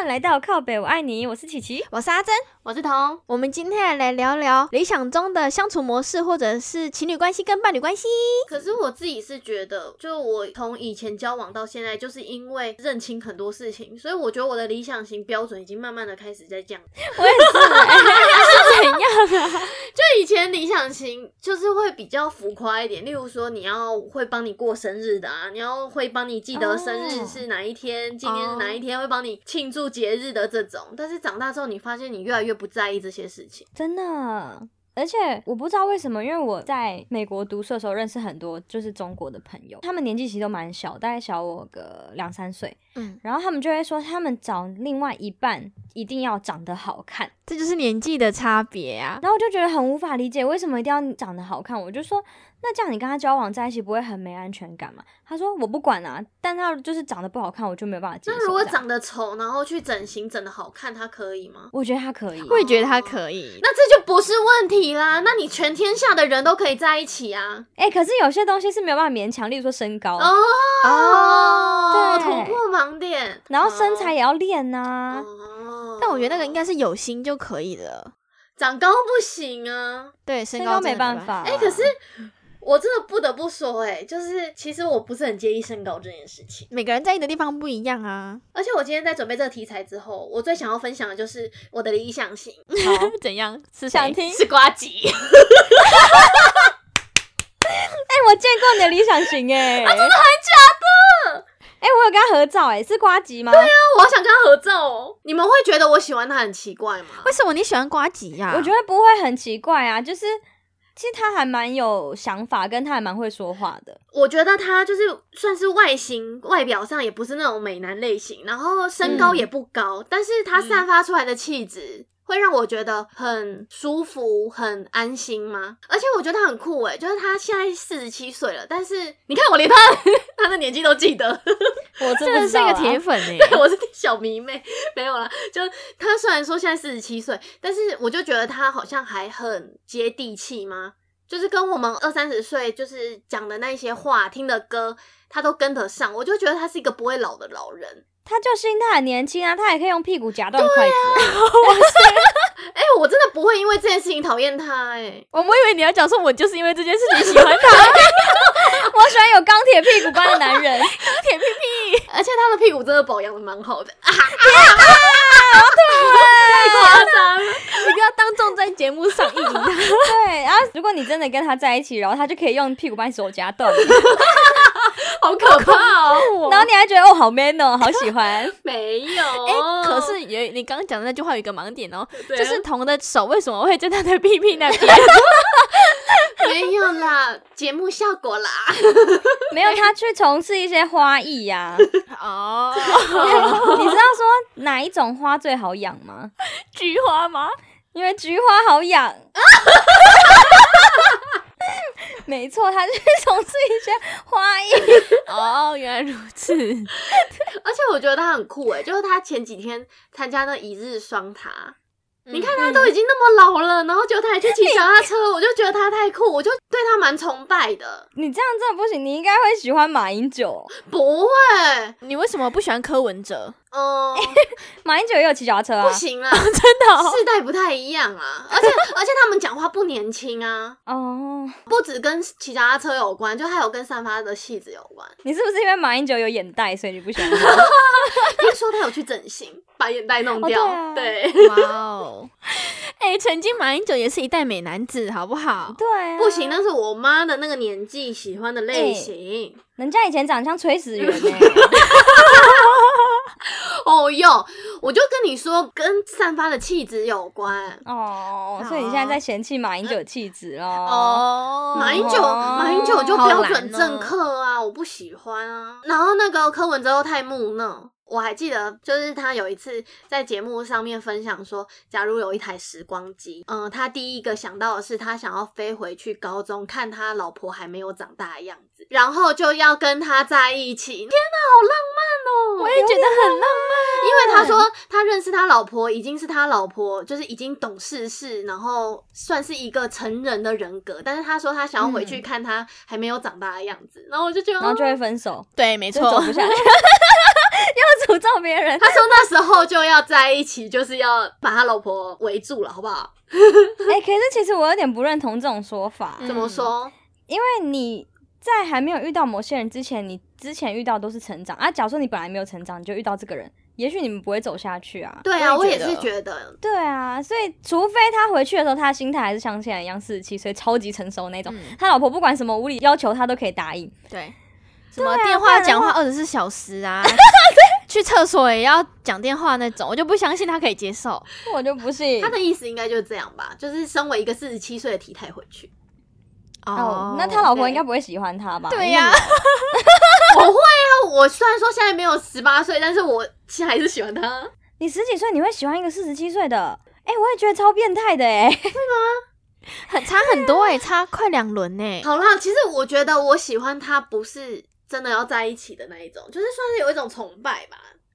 迎来到靠北我爱你，我是琪琪， 我是阿珍， 我是彤。 我们今天来聊聊理想中的相处模式，或者是情侣关系跟伴侣关系。 可是我自己是觉得，就我从以前交往到现在，就是因为认清很多事情，所以我觉得我的理想型标准已经慢慢的开始在降。 我也是、是怎样啊？ 就以前理想型就是会比较浮夸一点，例如说你要会帮你过生日的啊，你要会帮你记得生日是哪一天，今天是哪一天，会帮你庆祝节日的这种。但是长大之后，你发现你越来越不在意这些事情， 真的。而且我不知道为什么，因为我在美国读书的时候认识很多就是中国的朋友，他们年纪其实都蛮小，大概小我个2-3岁。然后他们就会说，他们找另外一半一定要长得好看， 这就是年纪的差别啊。 然后我就觉得很无法理解，为什么一定要长得好看？我就说，那这样你跟他交往在一起不会很没安全感吗？他说我不管啊，但他就是长得不好看，我就没有办法接受。 那如果长得丑，然后去整形整得好看，他可以吗？ 我觉得他可以， 我也觉得他可以。 那这就不是问题啦，那你全天下的人都可以在一起啊。 可是有些东西是没有办法勉强，例如说身高对，突破盲点， 然后身材也要练啊。 但我觉得那个应该是有心就可以了， 长高不行啊。 对， 身高没办法。 可是我真的不得不说，就是其实我不是很介意身高这件事情。 每个人在意的地方不一样啊。 而且我今天在准备这个题材之后，我最想要分享的就是我的理想型。 好，怎样？是想听？ 是呱吉。 我见过你的理想型真的还假的？ 我有跟他合照是呱吉吗？ 对啊，我好想跟他合照哦。你们会觉得我喜欢他很奇怪吗？ 为什么你喜欢呱吉呀？ 我觉得不会很奇怪啊，就是其实他还蛮有想法，跟他还蛮会说话的。 我觉得他就是算是外表上也不是那种美男类型，然后身高也不高，但是他散发出来的气质会让我觉得很舒服很安心吗？而且我觉得他很酷就是他现在47岁了，但是你看我连他的年纪都记得。 我真的是一个铁粉对，我是小迷妹。没有啦，就他虽然说现在47岁，但是我就觉得他好像还很接地气吗？就是跟我们20-30岁就是讲的那些话听的歌他都跟得上，我就觉得他是一个不会老的老人。 他就心态很年轻啊，他还可以用屁股夹断筷子。 我真的不会因为这件事情讨厌他我以为你要讲说我就是因为这件事情喜欢他。 我喜欢有钢铁屁股般的男人， 钢铁屁屁， 而且他的屁股真的保养的蛮好的。 天哪，好太夸张了！ 一定要当众在节目上意淫他。 对，然后如果你真的跟他在一起，然后他就可以用屁股把你手夹断。 好可怕哦！ 然后你还觉得好 man 哦，好喜欢。 没有可是你刚刚讲的那句话有一个盲点就是彤的手为什么会在他的屁屁那边？ 没有啦，节目效果啦。 没有，他去从事一些花艺呀。你知道说哪一种花最好养吗？ 菊花吗？ 因为菊花好养。没错，他就是从事一些花艺。 原来如此。 而且我觉得他很酷就是他前几天参加那一日双塔，你看他都已经那么老了，然后结果他还去骑脚踏车，我就觉得他太酷，我就对他蛮崇拜的。 你这样真的不行，你应该会喜欢马英九。 不会， 你为什么不喜欢柯文哲？ 马英九也有骑脚踏车啊。 不行啦， 真的世代不太一样啊，而且他们讲话不年轻啊。不只跟骑脚踏车有关，就还有跟散发的气质有关。 你是不是因为马英九有眼袋，所以你不喜欢他？ 听说他有去整形，把眼袋弄掉。对， 哇哦！曾经马英九也是一代美男子，好不好？ 对啊， 不行，那是我妈的那个年纪喜欢的类型。 人家以前长得像崔始源我就跟你说，跟散发的气质有关。 所以你现在在嫌弃马英九气质咯。 马英九就标准政客啊，我不喜欢啊。然后那个柯文哲又太木讷。我还记得，就是他有一次在节目上面分享说，假如有一台时光机，他第一个想到的是他想要飞回去高中，看他老婆还没有长大的样子，然后就要跟他在一起。天哪，好浪漫哦！ 我也觉得很浪漫， 因为他说他认识他老婆已经是他老婆，就是已经懂世事，然后算是一个成人的人格，但是他说他想要回去看他还没有长大的样子，然后我就觉得， 然后就会分手。 对，没错， 走不下去。又诅咒别人。 他说那时候就要在一起，就是要把他老婆围住了，好不好？ 可是其实我有点不认同这种说法。 怎么说？ 因为你在还没有遇到某些人之前，你之前遇到都是成长啊。假如说你本来没有成长，你就遇到这个人，也许你们不会走下去啊。 对啊，我也是觉得。 对啊，所以除非他回去的时候，他的心态还是像现在一样47岁，超级成熟那种。他老婆不管什么无理要求，他都可以答应。 对，什么电话讲话24小时啊，去厕所也要讲电话那种，我就不相信他可以接受。 我就不信。 他的意思应该就是这样吧，就是身为一个47岁的体态回去。 那他老婆应该不会喜欢他吧？ 对呀， 我会啊。我虽然说现在没有18岁，但是我现在还是喜欢他。 你10几岁你会喜欢一个47岁的？我也觉得超变态的会吗？ 差很多差快2轮好啦，其实我觉得我喜欢他不是真的要在一起的那一种，就是算是有一种崇拜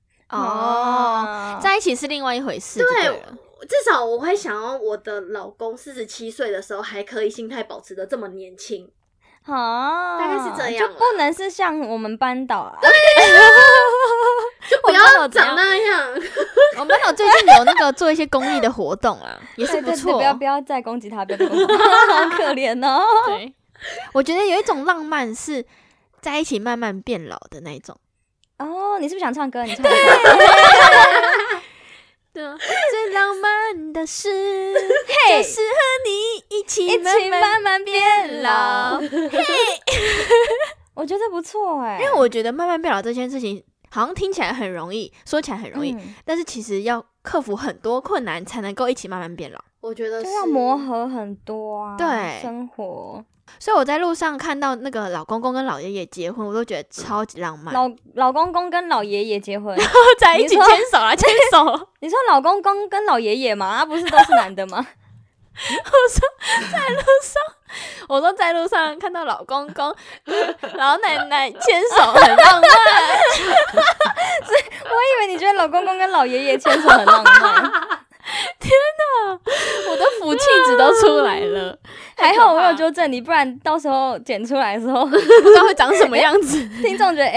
吧。在一起是另外一回事。对， 至少我会想要我的老公47岁的时候还可以心态保持得这么年轻。大概是这样， 就不能是像我们班导啊。 对，就不要长那样。 我们班导最近有那个做一些公益的活动啊，也是不错。 不要再攻击他，不要再攻击他，好可怜哦。 对，我觉得有一种浪漫是在一起慢慢变老的那种。 你是不是想唱歌？你唱歌。 对，最浪漫的事就是和你一起慢慢变老。 我觉得不错因为我觉得慢慢变老这件事情好像听起来很容易，说起来很容易，但是其实要克服很多困难才能够一起慢慢变老。 我觉得就要磨合很多啊， 对， 生活。 所以我在路上看到那个老公公跟老爷爷结婚，我都觉得超级浪漫。 老公公跟老爷爷结婚， 在一起牵手啦，牵手。 你说老公公跟老爷爷吗？不是都是男的吗？ 我说在路上看到老公公跟老奶奶牵手很浪漫。 我以为你觉得老公公跟老爷爷牵手很浪漫。 天哪，我的福气值都出来了。 还好我有纠正你，不然到时候剪出来的时候不知道会长什么样子。 听众觉得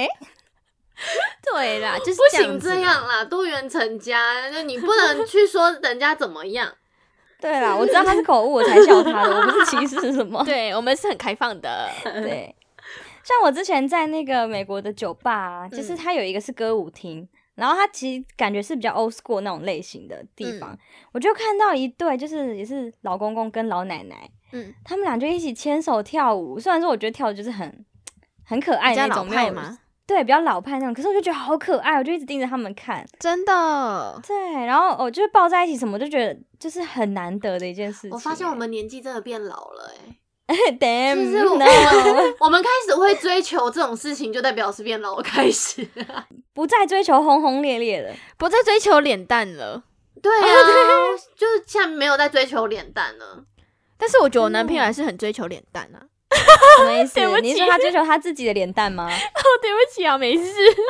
对啦，就是不行这样啦，多元成家，你不能去说人家怎么样。 对啦，我知道他是口误，我才笑他的，我不是歧视什么。 对，我们是很开放的。 对，像我之前在那个美国的酒吧就是它有一个是歌舞厅。然后它其实感觉是比较 old school 那种类型的地方，我就看到一对就是也是老公公跟老奶奶，他们俩就一起牵手跳舞。虽然说我觉得跳的就是很可爱那种， 比较老派吗？ 对，比较老派那种。可是我就觉得好可爱，我就一直盯着他们看， 真的。 对，然后我就抱在一起什么，就觉得就是很难得的一件事情。 我发现我们年纪真的变老了 Damn， 其实我们开始会追求这种事情，就代表是变老的开始， 不再追求轰轰烈烈的， 不再追求脸蛋了。 对啊，就是现在没有在追求脸蛋了。 但是我觉得我男朋友还是很追求脸蛋啊。 什么意思？你说他追求他自己的脸蛋吗？ 对不起啊，没事。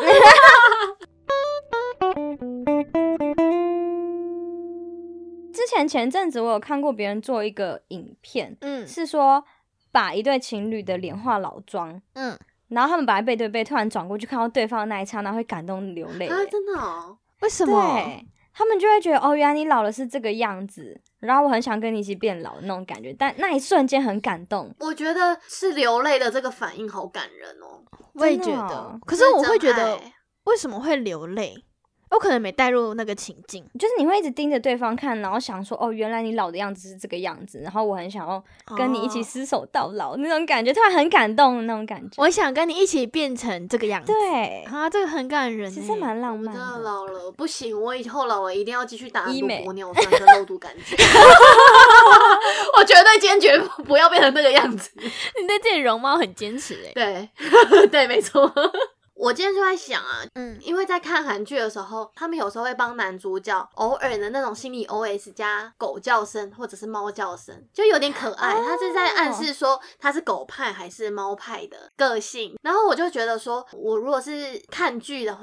前阵子我有看过别人做一个影片，是说把一对情侣的脸画老妆，然后他们本来背对背，突然转过去看到对方的那一刹那会感动流泪。 真的哦？ 为什么？ 对，他们就会觉得原来你老了是这个样子，然后我很想跟你一起变老那种感觉，但那一瞬间很感动。 我觉得是流泪的这个反应好感人哦。 我也觉得，可是我会觉得为什么会流泪？我可能没带入那个情境， 就是你会一直盯着对方看，然后想说原来你老的样子是这个样子，然后我很想要跟你一起厮守到老，那种感觉突然很感动的那种感觉。 我想跟你一起变成这个样子。 对啊， 这个很感人， 其实蛮浪漫的。 我真的老了不行，我以后老了一定要继续打很多玻尿酸跟肉毒杆菌。我绝对坚决不要变成那个样子。 你对自己容貌很坚持对对，没错。我今天就在想啊，因为在看韩剧的时候，他们有时候会帮男主角偶尔的那种心理 OS 加狗叫声或者是猫叫声，就有点可爱。他是在暗示说他是狗派还是猫派的个性。然后我就觉得说，我如果是看剧的话，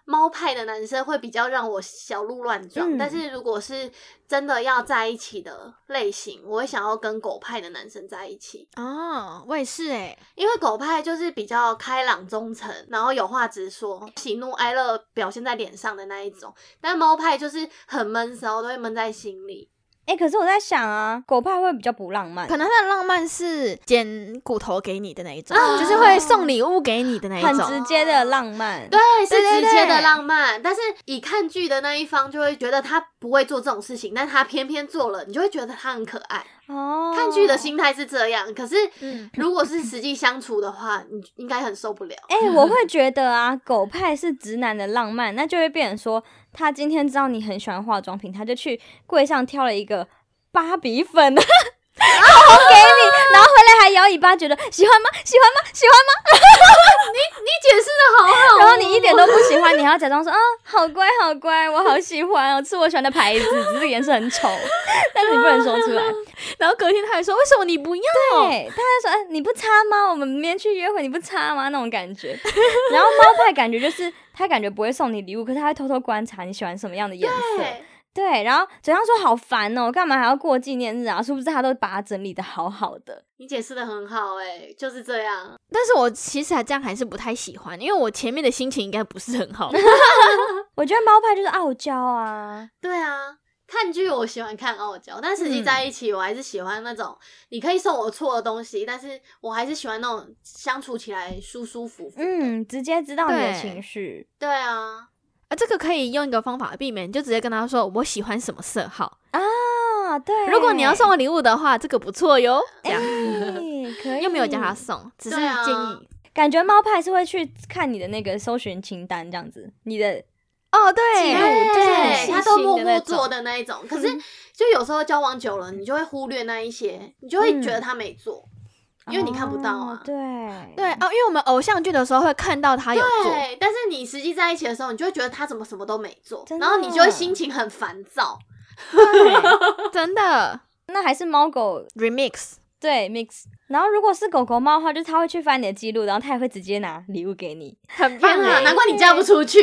猫派的男生会比较让我小鹿乱撞，但是如果是真的要在一起的类型，我会想要跟狗派的男生在一起。 我也是因为狗派就是比较开朗忠诚，然后有话直说，喜怒哀乐表现在脸上的那一种，但猫派就是很闷骚，都会闷在心里。 可是我在想啊，狗派会比较不浪漫， 可能他的浪漫是捡骨头给你的那一种，就是会送礼物给你的那一种， 很直接的浪漫。 对，是直接的浪漫。但是以看剧的那一方就会觉得他不会做这种事情，但他偏偏做了，你就会觉得他很可爱。看剧的心态是这样，可是如果是实际相处的话，你应该很受不了。 我会觉得啊，狗派是直男的浪漫，那就会变成说，他今天知道你很喜欢化妆品，他就去柜上挑了一个芭比粉，然后给你，然后回来还摇尾巴，觉得喜欢吗？喜欢吗？喜欢吗？ 你解释的好好， 然后你一点都不喜欢，你还要假装说好乖好乖，我好喜欢是我喜欢的牌子，只是颜色很丑，但是你不能说出来。 然后隔天他还说为什么你不要？ 对，他还说你不擦吗？我们明天去约会你不擦吗？那种感觉。然后猫派感觉就是他感觉不会送你礼物，可是他会偷偷观察你喜欢什么样的颜色。对，然后嘴上说好烦哦，干嘛还要过纪念日啊？殊不知他都把它整理的好好的。 你解释的很好就是这样。 但是我其实这样还是不太喜欢，因为我前面的心情应该不是很好。 我觉得猫派就是傲娇啊。 对啊，看剧我喜欢看傲娇，但实际在一起我还是喜欢那种你可以送我错的东西，但是我还是喜欢那种相处起来舒舒服服直接知道你的情绪。 对啊， 这个可以用一个方法避免，就直接跟他说我喜欢什么色号啊。对， 如果你要送我礼物的话，这个不错哟。这样可以， 又没有叫他送，只是建议。 感觉猫派是会去看你的那个搜寻清单，这样子，你的对， 记录对，他都默默做的那一种。可是就有时候交往久了，你就会忽略那一些，你就会觉得他没做。因为你看不到啊， 对， 因为我们偶像剧的时候会看到他有做， 对，但是你实际在一起的时候，你就会觉得他怎么什么都没做，然后你就会心情很烦躁。 对，真的。 那还是猫狗 remix， 对 mix。然后如果是狗狗猫的话，就是他会去翻你的记录，然后他也会直接拿礼物给你， 很棒啊！ 难怪你嫁不出去。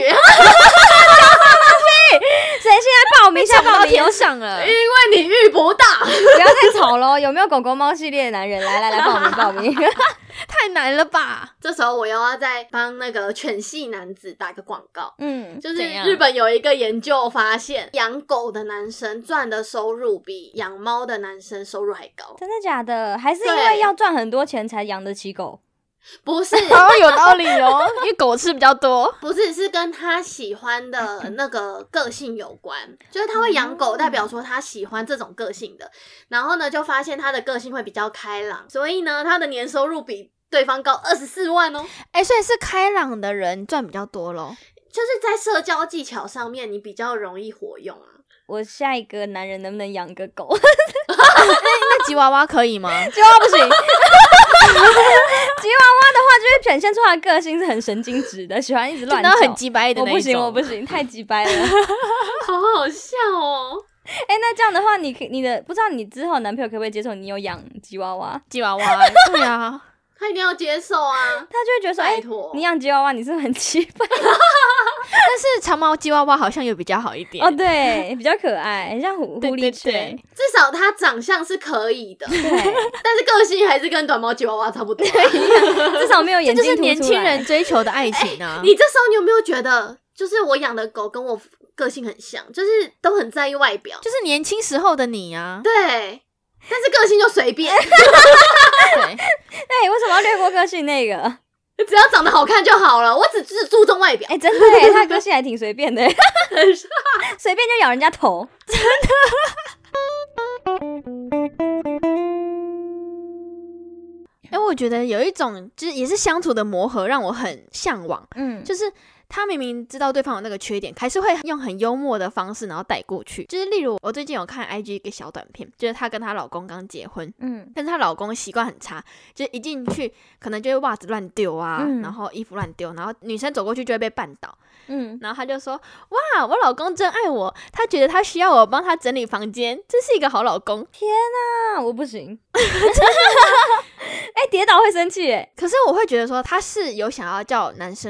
谁现在报名？现在报名天上了， 因为你遇不到。 不要太吵咯，有没有狗狗猫系列的男人来报名？ 太难了吧！ 这时候我又要再帮那个犬系男子打个广告。就是怎样日本有一个研究发现，养狗的男生赚的收入比养猫的男生收入还高。 真的假的？还是因为要赚很多钱才养得起狗？ 不是， 有道理哦，因为狗吃比较多。 不是，是跟他喜欢的那个个性有关。就是他会养狗，代表说他喜欢这种个性的。然后呢，就发现他的个性会比较开朗，所以呢，他的年收入比对方高24万哦。 所以是开朗的人赚比较多咯。 就是在社交技巧上面，你比较容易活用啊。 我下一个男人能不能养个狗？ 那吉娃娃可以吗？ 吉娃娃不行。吉娃娃的话，就会展现出他的个性是很神经质的，喜欢一直乱叫， 然后很鸡掰的那一种。 我不行，太鸡掰了。 好好笑哦。 那这样的话，你的不知道你之后男朋友可不可以接受你有养吉娃娃？ 吉娃娃，对啊。 他一定要接受啊， 他就会觉得说，你养吉娃娃，你是不是很奇怪？ 但是长毛吉娃娃好像有比较好一点对，比较可爱，很像狐狸犬。 至少它长相是可以的，对，但是个性还是跟短毛吉娃娃差不多， 至少没有眼睛凸出来。 这就是年轻人追求的爱情啊！ 你这时候你有没有觉得，就是我养的狗跟我个性很像，就是都很在意外表， 就是年轻时候的你啊？ 对。但是个性就随便。 对， 为什么要略过个性那个？ 只要长得好看就好了，我只注重外表。 真的他个性还挺随便的，随便就咬人家头，真的。我觉得有一种就是也是相处的磨合让我很向往，就是他明明知道对方有那个缺点，还是会用很幽默的方式然后带过去。就是例如我最近有看 IG 一个小短片，就是她跟她老公刚结婚，但是她老公习惯很差，就是一进去可能就会袜子乱丢啊，然后衣服乱丢，然后女生走过去就会被绊倒，然后他就说哇，我老公真爱我，他觉得他需要我帮他整理房间，这是一个好老公。 天哪，我不行。跌倒会生气耶。 可是我会觉得说他是有想要叫男生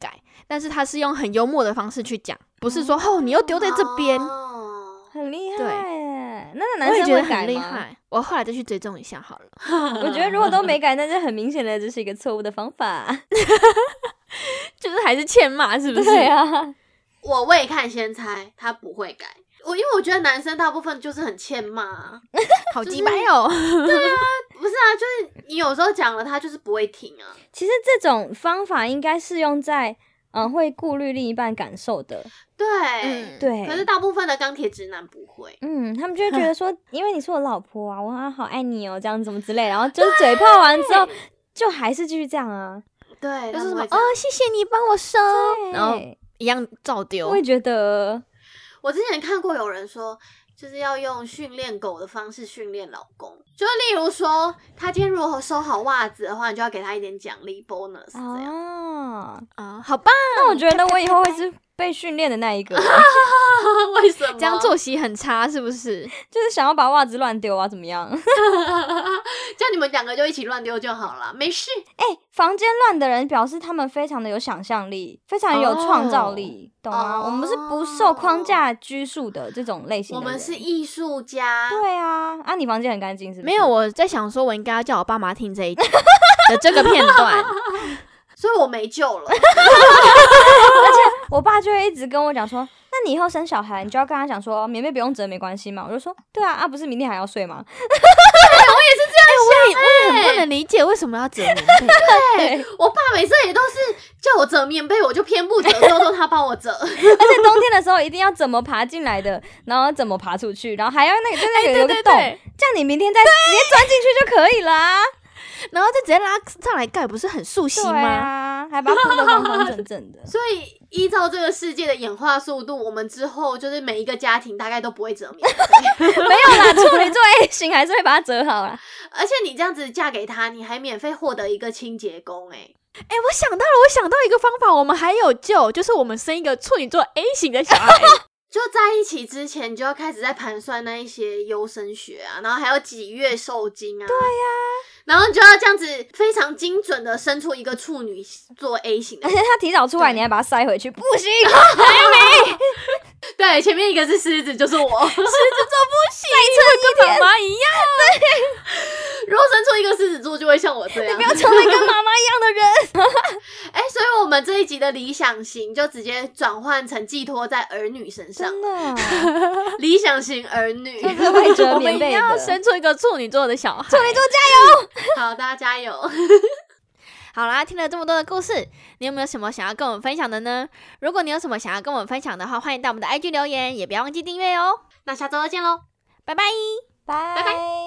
改，但是他是用很幽默的方式去讲，不是说你又丢在这边， 很厉害耶。那男生会改吗？我也觉得很厉害，我后来再去追踪一下好了。 我觉得如果都没改，那就很明显的这是一个错误的方法， 就是还是欠骂，是不是？ 对啊， 我未看先猜，他不会改。因为我觉得男生大部分就是很欠骂， 好鸡掰哦。 对啊，不是啊，就是你有时候讲了，他就是不会听啊。 其实这种方法应该适用在会顾虑另一半感受的。 对， 对。 可是大部分的钢铁直男不会， 他们就会觉得说，因为你是我老婆啊，我好爱你哦，这样怎么之类，然后就是嘴炮完之后，就还是继续这样啊。 对， 就是什么谢谢你帮我收，然后一样照丢。 我也觉得。 我之前看过有人说，就是要用训练狗的方式训练老公，就例如说，他今天如果收好袜子的话，你就要给他一点奖励 bonus 这样。 好棒！ 那我觉得我以后会是被训练的那一个。 为什么？ 这样作息很差是不是？ 就是想要把袜子乱丢啊，怎么样？ 这样你们两个就一起乱丢就好了，没事。 房间乱的人表示他们非常的有想象力，非常有创造力，懂吗？我们是不受框架拘束的这种类型的人。 我们是艺术家。 对啊，你房间很干净是不是？ 没有，我在想说，我应该要叫我爸妈听这一集的这个片段。 所以我没救了。而且我爸就会一直跟我讲说，那你以后生小孩，你就要跟他讲说，棉被不用折没关系嘛。我就说，对啊，不是明天还要睡吗？ 我也是这样想。 我也很不能理解为什么要折棉被。 对，我爸每次也都是叫我折棉被，我就偏不折，最后都他帮我折。而且冬天的时候一定要怎么爬进来的，然后怎么爬出去，然后还要有个洞，这样你明天再直接钻进去就可以了啊。 然后再直接拉上来盖，不是很素心吗？对啊，还把它铺得方方正正的。 所以依照这个世界的演化速度，我们之后就是每一个家庭大概都不会折棉被。 没有啦，处女座 A 型还是会把它折好啦。 而且你这样子嫁给他，你还免费获得一个清洁工。 我想到一个方法，我们还有救，就是我们生一个处女座 A 型的小孩。 就在一起之前，你就要开始在盘算那一些优生学啊，然后还有几月受精啊。 对呀。 然后你就要这样子非常精准的生出一个处女座 A 型的， 而且他提早出来，你还把它塞回去，不行，还没。 对，前面一个是狮子，就是我，狮子座不行， 跟妈妈一样。 对，如果生出一个狮子座，就会像我这样， 你不要成为跟妈妈一样的人。 所以我们这一集的理想型就直接转换成寄托在儿女身上， 真的， 理想型儿女， 我们一定要生出一个处女座的小孩， 处女座加油！ 好，大家加油。 好啦，听了这么多的故事，你有没有什么想要跟我们分享的呢？如果你有什么想要跟我们分享的话，欢迎到我们的 IG 留言，也不要忘记订阅哦。 那下周再见咯， 拜拜，拜拜。